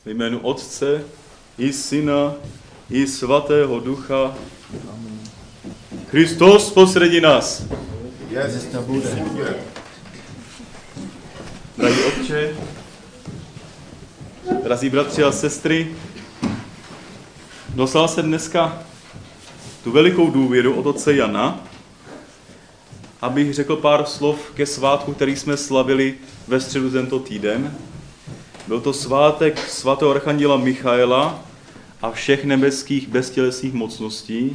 Ve jménu Otce i Syna i Svatého Ducha. Kristus posředí nás. Drahý Otče, drazí bratři a sestry, dostal jsem dneska tu velikou důvěru od otce Jana, abych řekl pár slov ke svátku, který jsme slavili ve středu tento týden. Byl to svátek svatého archanděla Michaela a všech nebeských beztělesných mocností.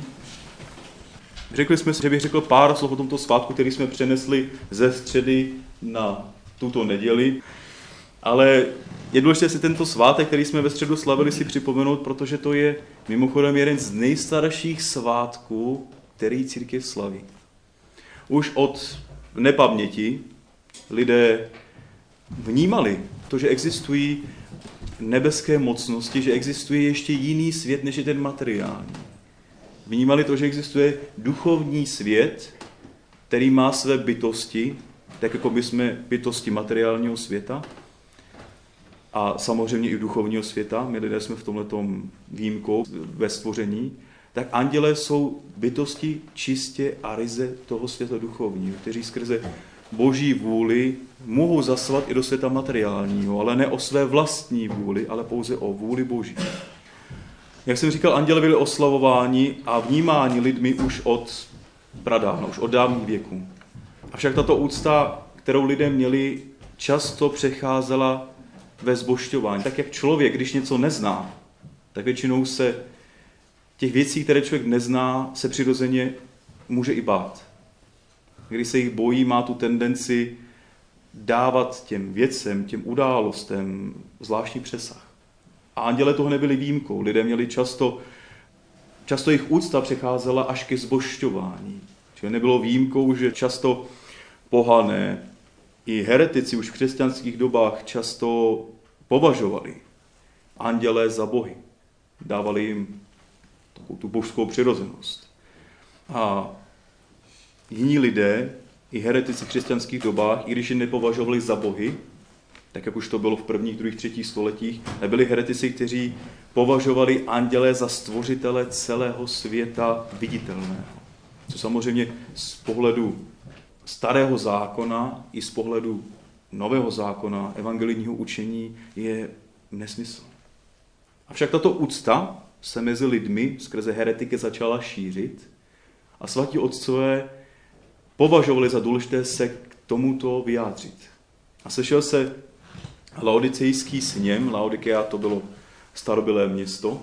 Řekli jsme si, že bych řekl pár slov o tomto svátku, který jsme přenesli ze středy na tuto neděli. Ale je důležité si tento svátek, který jsme ve středu slavili, si připomenout, protože to je mimochodem jeden z nejstarších svátků, který církev slaví. Už od nepaměti lidé vnímali to, že existují nebeské mocnosti, že existuje ještě jiný svět, než je ten materiální. Vnímali to, že existuje duchovní svět, který má své bytosti, tak jako my jsme bytosti materiálního světa a samozřejmě i duchovního světa, my lidé jsme v tomhletom výjimkou ve stvoření, tak andělé jsou bytosti čistě a ryze toho světa duchovního, kteří skrze Boží vůli mohou zasvat i do světa materiálního, ale ne o své vlastní vůli, ale pouze o vůli Boží. Jak jsem říkal, anděle byli oslavováni a vnímáni lidmi už od pradávna, už od dávných věků. Avšak tato úcta, kterou lidé měli, často přecházela ve zbožťování. Tak jak člověk, když něco nezná, tak většinou se těch věcí, které člověk nezná, se přirozeně může i bát. Když se jich bojí, má tu tendenci dávat těm věcem, těm událostem zvláštní přesah. A anděle toho nebyli výjimkou. Lidé měli často jejich úcta přecházela až ke zbožťování. Čili nebylo výjimkou, že často pohané i heretici už v křesťanských dobách často považovali anděle za bohy. Dávali jim takovou tu božskou přirozenost. A jiní lidé, i heretici v křesťanských dobách, i když je nepovažovali za bohy, tak jak už to bylo v prvních, druhých, třetích stoletích, byli heretici, kteří považovali anděle za stvořitele celého světa viditelného. Co samozřejmě z pohledu starého zákona i z pohledu nového zákona, evangelijního učení je nesmysl. Avšak tato úcta se mezi lidmi skrze heretiky začala šířit a svatí otcové považovali za důležité se k tomuto vyjádřit. A sešel se laodicejský sněm, Laodikea to bylo starobylé město,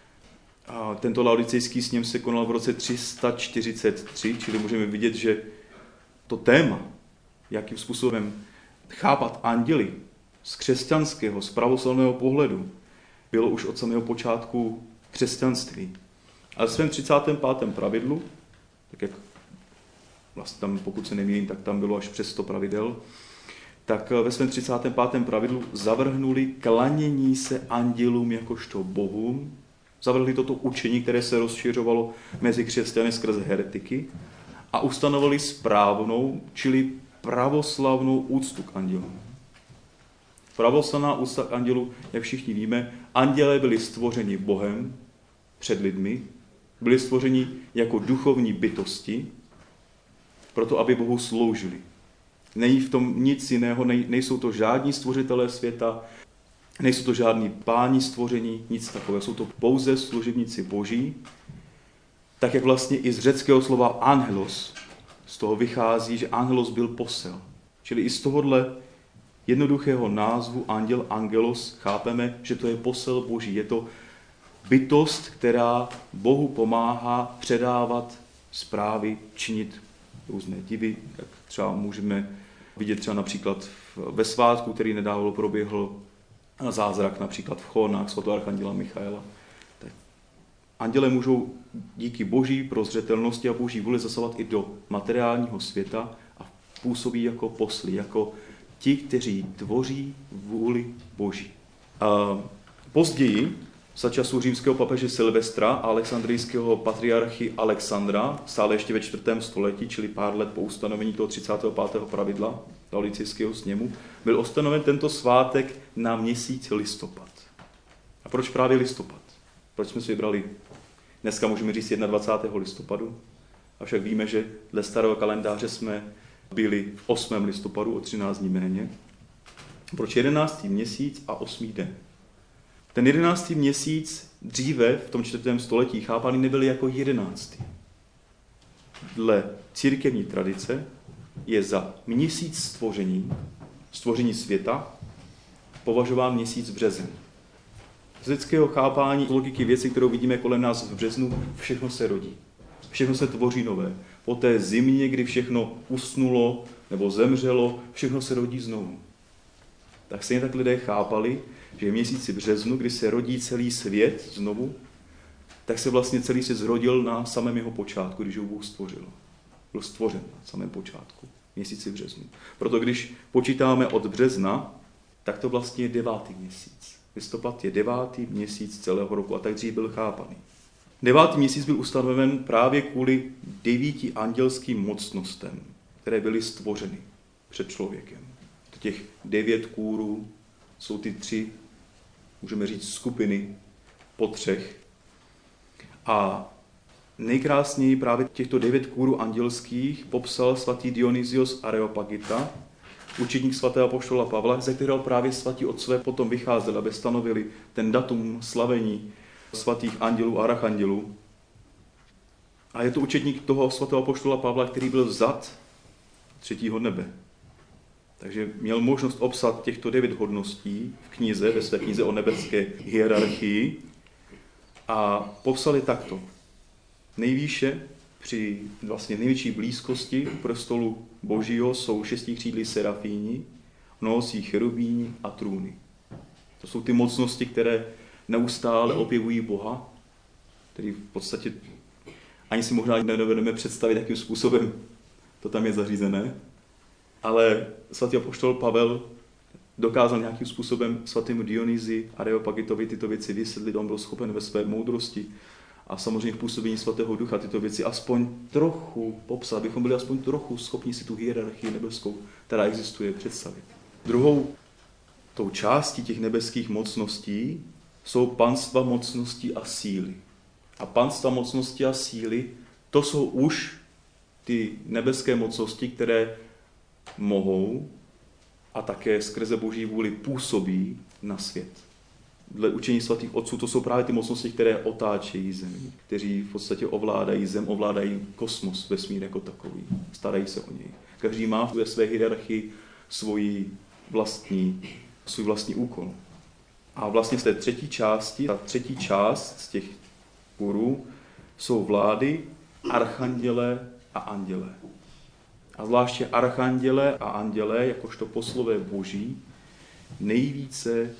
a tento laodicejský sněm se konal v roce 343, čili můžeme vidět, že to téma, jakým způsobem chápat anděly z křesťanského, z pravoslavného pohledu, bylo už od samého počátku křesťanství. Ale ve svém 35. pravidlu, tak jak vlastně tam, pokud se nemýlím, tak tam bylo až přes 100 pravidel, tak ve svém 35. pravidlu zavrhnuli klanění se andělům jakožto bohům, zavrhli toto učení, které se rozšiřovalo mezi křesťany skrze heretiky a ustanovili správnou, čili pravoslavnou úctu k andělům. Pravoslavná úcta k andělu, jak všichni víme, andělé byli stvořeni Bohem před lidmi, byli stvořeni jako duchovní bytosti, proto aby Bohu sloužili. Není v tom nic jiného, nejsou to žádní stvořitelé světa, nejsou to žádní páni stvoření, nic takového. Jsou to pouze služebníci Boží, tak jak vlastně i z řeckého slova angelos, z toho vychází, že angelos byl posel. Čili i z tohohle jednoduchého názvu anděl, angelos, chápeme, že to je posel Boží. Je to bytost, která Bohu pomáhá předávat zprávy, činit různé divy, jak třeba můžeme vidět třeba například ve svátku, který nedávno proběhl zázrak například v Chonách svatého archanděla Michaela. Tak anděle můžou díky Boží prozřetelnosti a Boží vůli zasahovat i do materiálního světa a působí jako posly, jako ti, kteří tvoří vůli Boží. A později, za času římského papeže Silvestra a alexandrijského patriarchy Alexandra, stále ještě ve 4. století, čili pár let po ustanovení toho 35. pravidla laodicejského sněmu, byl ustanoven tento svátek na měsíc listopad. A proč právě listopad? Proč jsme si vybrali? Dneska můžeme říct 21. listopadu, avšak víme, že dle starého kalendáře jsme byli v 8. listopadu o 13 dní méně. Proč 11. měsíc a 8. den? Ten 11. měsíc dříve v tom 4. století chápaný nebyl jako 11. Dle církevní tradice je za měsíc stvoření světa, považován měsíc březen. Z lidského chápání logiky věci, kterou vidíme kolem nás v březnu, všechno se rodí. Všechno se tvoří nové. Po té zimě, kdy všechno usnulo nebo zemřelo, všechno se rodí znovu. Tak stejně tak lidé chápali, že v měsíci březnu, kdy se rodí celý svět znovu, tak se vlastně celý svět zrodil na samém jeho počátku, když ho Bůh stvořil. Byl stvořen na samém počátku, v měsíci březnu. Proto když počítáme od března, tak to vlastně je 9. měsíc. Listopad je 9. měsíc celého roku a tak dřív byl chápaný. 9. měsíc byl ustanoven právě kvůli 9 andělským mocnostem, které byly stvořeny před člověkem. Těch 9 kůrů jsou ty 3, můžeme říct, skupiny po 3. A nejkrásněji právě těchto 9 kůrů andělských popsal svatý Dionysios Areopagita, učedník svatého apoštola Pavla, ze kterého právě svatí otcové potom vycházeli, aby stanovili ten datum slavení svatých andělů a archandělů. A je to učedník toho svatého apoštola Pavla, který byl vzat 3. nebe. Takže měl možnost obsat těchto 9 hodností v knize, ve své knize o nebeské hierarchii a popsal je takto. Nejvýše, při vlastně největší blízkosti u prestolu Božího jsou 6křídlí serafíni, mnohosí cherubíni a trůny. To jsou ty mocnosti, které neustále opěvují Boha, který v podstatě ani si možná nedovedeme představit, jakým způsobem to tam je zařízené. Ale svatý apoštol Pavel dokázal nějakým způsobem svatému Dionysi Areopagitovi tyto věci vysvětlit, on byl schopen ve své moudrosti a samozřejmě v působení svatého ducha tyto věci aspoň trochu popsat, abychom byli aspoň trochu schopni si tu hierarchii nebeskou, která existuje, představit. Druhou tou částí těch nebeských mocností jsou panstva mocností a síly. A panstva mocnosti a síly, to jsou už ty nebeské mocnosti, které mohou a také skrze Boží vůli působí na svět. Dle učení svatých otců to jsou právě ty mocnosti, které otáčejí zemi, kteří v podstatě ovládají zem, ovládají kosmos, vesmír jako takový, starají se o něj. Každý má ve své hierarchii svůj vlastní úkol. A vlastně z té třetí části, ta třetí část z těch kůrů jsou vlády, archanděle a anděle. A zvláště archanděle a anděle, jakožto poslové Boží, nejvíce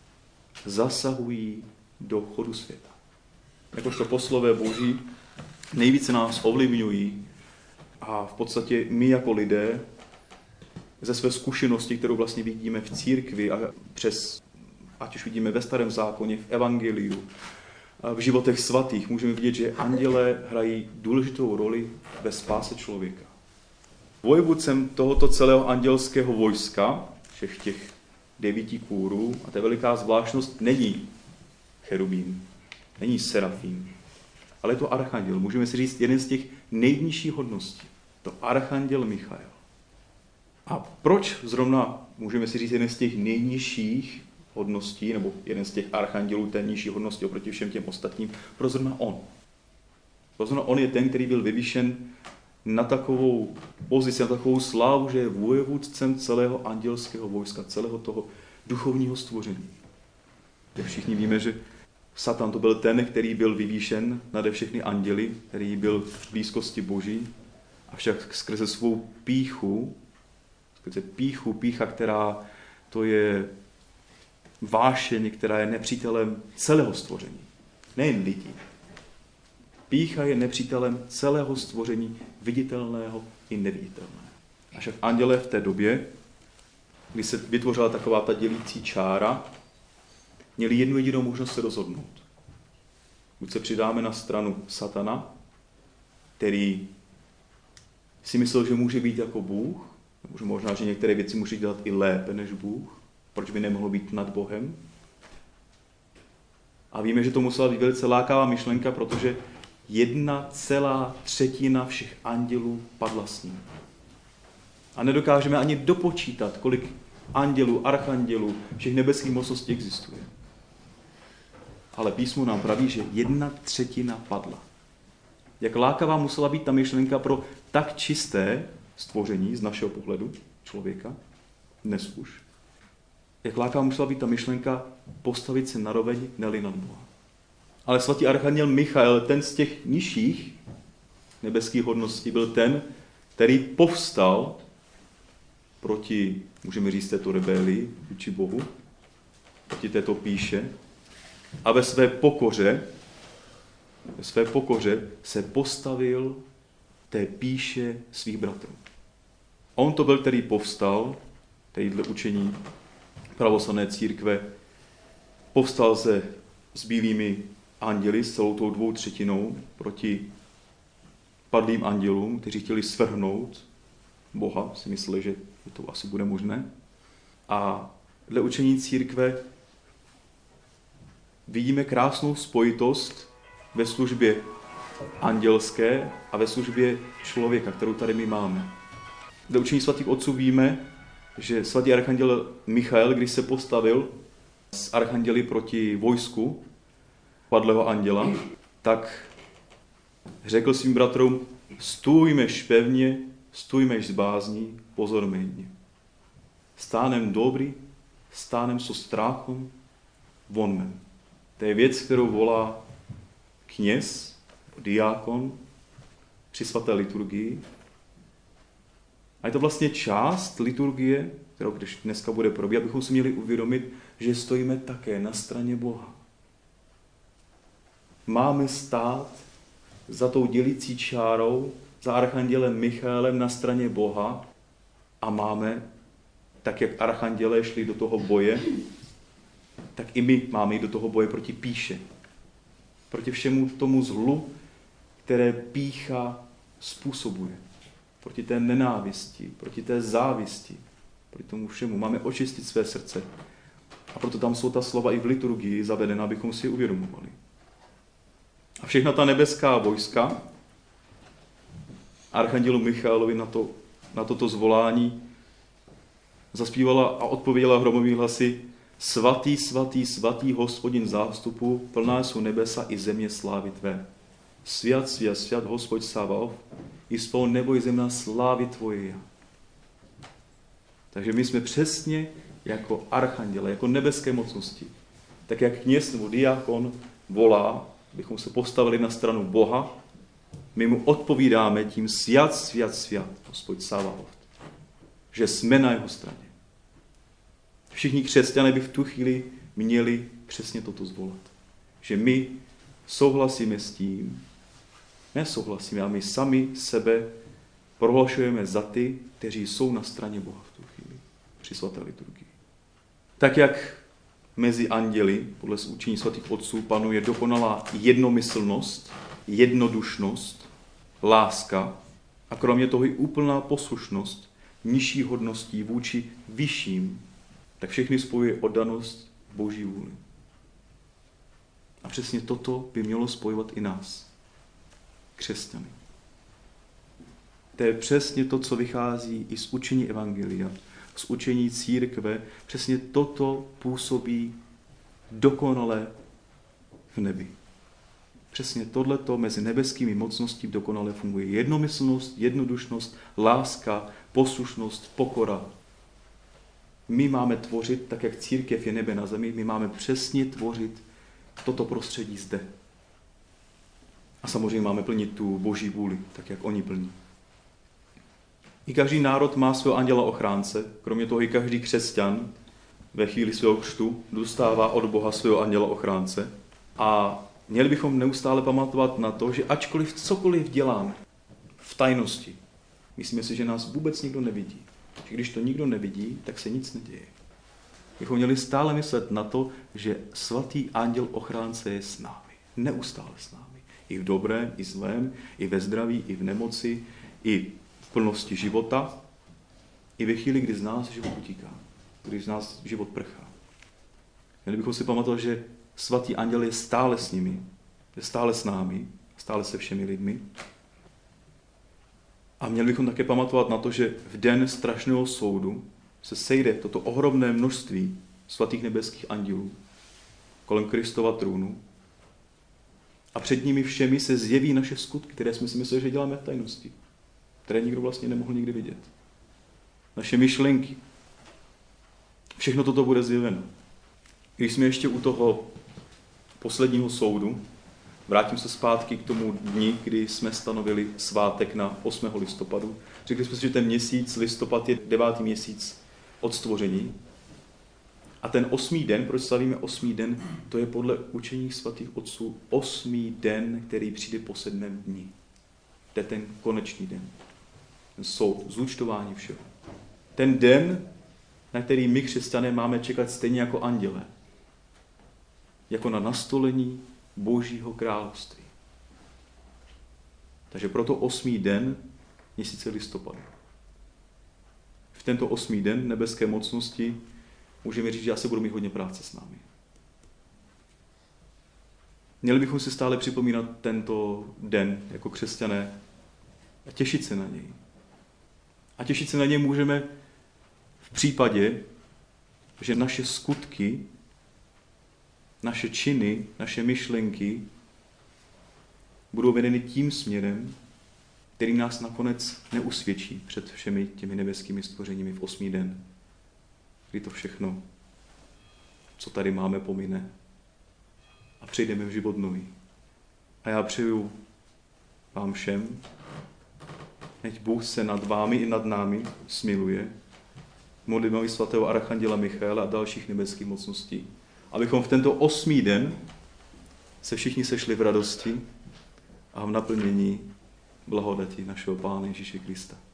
zasahují do chodu světa. Jakožto poslové Boží nejvíce nás ovlivňují a v podstatě my jako lidé ze své zkušenosti, kterou vlastně vidíme v církvi a ať už vidíme ve Starém zákoně, v evangeliu, v životech svatých, můžeme vidět, že anděle hrají důležitou roli ve spáse člověka. Vojevůdcem tohoto celého andělského vojska, všech těch 9 kůrů, a to je veliká zvláštnost, není cherubín, není serafín, ale je to archanděl. Můžeme si říct jeden z těch nejnižších hodností. To archanděl Michael. A proč zrovna, můžeme si říct, jeden z těch nejnižších hodností, nebo jeden z těch archandělů té nižší hodnosti oproti všem těm ostatním, proč zrovna on? Proč zrovna on je ten, který byl vyvýšen na takovou pozici, na takovou slávu, že je vojevůdcem celého andělského vojska, celého toho duchovního stvoření. Všichni víme, že Satan to byl ten, který byl vyvýšen nade všechny anděly, který byl v blízkosti Boží, avšak skrze svou pýcha, která to je vášeň, která je nepřítelem celého stvoření, nejen lidí. Pýcha je nepřítelem celého stvoření, viditelného i neviditelného. Avšak anděle v té době, kdy se vytvořila taková ta dělící čára, měli jednu jedinou možnost se rozhodnout. Buď se přidáme na stranu Satana, který si myslel, že může být jako Bůh, nebo možná, že některé věci může dělat i lépe než Bůh, proč by nemohlo být nad Bohem? A víme, že to musela být velice lákavá myšlenka, protože 1,3 všech andělů padla s ním. A nedokážeme ani dopočítat, kolik andělů, archandělů, všech nebeských mocností existuje. Ale písmo nám praví, že 1/3 padla. Jak lákavá musela být ta myšlenka pro tak čisté stvoření z našeho pohledu člověka, dnes už. Jak lákavá musela být ta myšlenka postavit se naroveň, ne-li nad Boha. Ale svatý archanděl Michael, ten z těch nižších nebeských hodností, byl ten, který povstal proti, můžeme říct, této rebelii vůči Bohu, proti této pýše a ve své pokoře se postavil té pýše svých bratrů. On to byl, který povstal, který dle učení pravoslavné církve povstal se s bílými anděli, s celou tou 2/3 proti padlým andělům, kteří chtěli svrhnout Boha, si mysleli, že to asi bude možné. A dle učení církve vidíme krásnou spojitost ve službě andělské a ve službě člověka, kterou tady my máme. Dle učení svatých otců víme, že svatý archanděl Michael, když se postavil s archanděli proti vojsku padlého anděla, tak řekl svým bratrům: stůjmeš pevně, stůjmeš s bázní, pozor méně. Stánem dobrý, stánem so strachom, vonmen. To je věc, kterou volá kněz, diákon při svaté liturgii. A je to vlastně část liturgie, kterou když dneska bude probíhat, abychom si měli uvědomit, že stojíme také na straně Boha. Máme stát za tou dělící čárou, za archandělem Michaelem na straně Boha a máme, tak jak archandělé šli do toho boje, tak i my máme jít do toho boje proti pýše. Proti všemu tomu zlu, které pýcha způsobuje. Proti té nenávisti, proti té závisti, proti tomu všemu. Máme očistit své srdce. A proto tam jsou ta slova i v liturgii zavedena, abychom si je uvědomovali. A všechna ta nebeská vojska archandělu Michaelovi na toto zvolání zaspívala a odpověděla hromovými hlasy: Svatý, svatý, svatý Hospodin zástupu, plná jsou nebesa i země slávy tvé. Sviat, sviat, sviat, Hospod Sabaoth, i spolu nebo i zemna slávy tvoje. Takže my jsme přesně jako archanděle, jako nebeské mocnosti. Tak jak kněz nebo diakon volá, bychom se postavili na stranu Boha, my mu odpovídáme tím sviat, sviat, sviat, Hospod Sabaoth, že jsme na jeho straně. Všichni křesťané by v tu chvíli měli přesně toto zvolat. Že my souhlasíme s tím, nesouhlasíme, a my sami sebe prohlašujeme za ty, kteří jsou na straně Boha v tu chvíli, při svaté liturgii. Tak jak mezi anděli, podle učení svatých otců, panuje dokonalá jednomyslnost, jednodušnost, láska a kromě toho i úplná poslušnost nižších hodností vůči vyšším, tak všechny spojuje oddanost Boží vůli. A přesně toto by mělo spojovat i nás, křesťany. To je přesně to, co vychází i z učení evangelia, z učení církve. Přesně toto působí dokonale v nebi. Přesně tohleto mezi nebeskými mocností dokonale funguje. Jednomyslnost, jednodušnost, láska, poslušnost, pokora. My máme tvořit, tak jak církev je nebe na zemi, my máme přesně tvořit toto prostředí zde. A samozřejmě máme plnit tu Boží vůli, tak jak oni plní. I každý národ má svého anděla ochránce, kromě toho i každý křesťan ve chvíli svého křtu dostává od Boha svého anděla ochránce. A měli bychom neustále pamatovat na to, že ačkoliv cokoliv děláme v tajnosti, myslíme si, že nás vůbec nikdo nevidí. Že když to nikdo nevidí, tak se nic neděje. Bychom měli stále myslet na to, že svatý anděl ochránce je s námi. Neustále s námi. I v dobrém, i zlém, i ve zdraví, i v nemoci, i v plnosti života, i ve chvíli, kdy z nás život utíká, když z nás život prchá. Měli bychom si pamatovat, že svatý anděl je stále s nimi, je stále s námi, stále se všemi lidmi. A měli bychom také pamatovat na to, že v den strašného soudu se sejde toto ohromné množství svatých nebeských andělů kolem Kristova trůnu a před nimi všemi se zjeví naše skutky, které jsme si mysleli, že děláme v tajnosti, které nikdo vlastně nemohl nikdy vidět. Naše myšlenky. Všechno toto bude zjeveno. Když jsme ještě u toho posledního soudu, vrátím se zpátky k tomu dni, kdy jsme stanovili svátek na 8. listopadu. Řekli jsme si, že ten měsíc, listopad, je 9. měsíc od stvoření. A ten 8. den, proč slavíme 8. den, to je podle učení svatých otců 8. den, který přijde po 7. dni. To je ten konečný den. Ten soud, zúčtování všeho. Ten den, na který my, křesťané, máme čekat stejně jako andělé. Jako na nastolení Božího království. Takže proto 8. den měsíce listopadu. V tento 8. den nebeské mocnosti můžeme říct, že asi budu mít hodně práce s námi. Měli bychom si stále připomínat tento den jako křesťané a těšit se na něj. A těšit se na něj můžeme v případě, že naše skutky, naše činy, naše myšlenky budou vedeny tím směrem, který nás nakonec neusvědčí před všemi těmi nebeskými stvořeními v 8. den, kdy to všechno, co tady máme, pomine a přejdeme v život nový. A já přeju vám všem, nech Bůh se nad vámi i nad námi smiluje, modlitbami svatého archanděla Michaela a dalších nebeských mocností, abychom v tento 8. den se všichni sešli v radosti a v naplnění blahodati našeho Pána Ježíše Krista.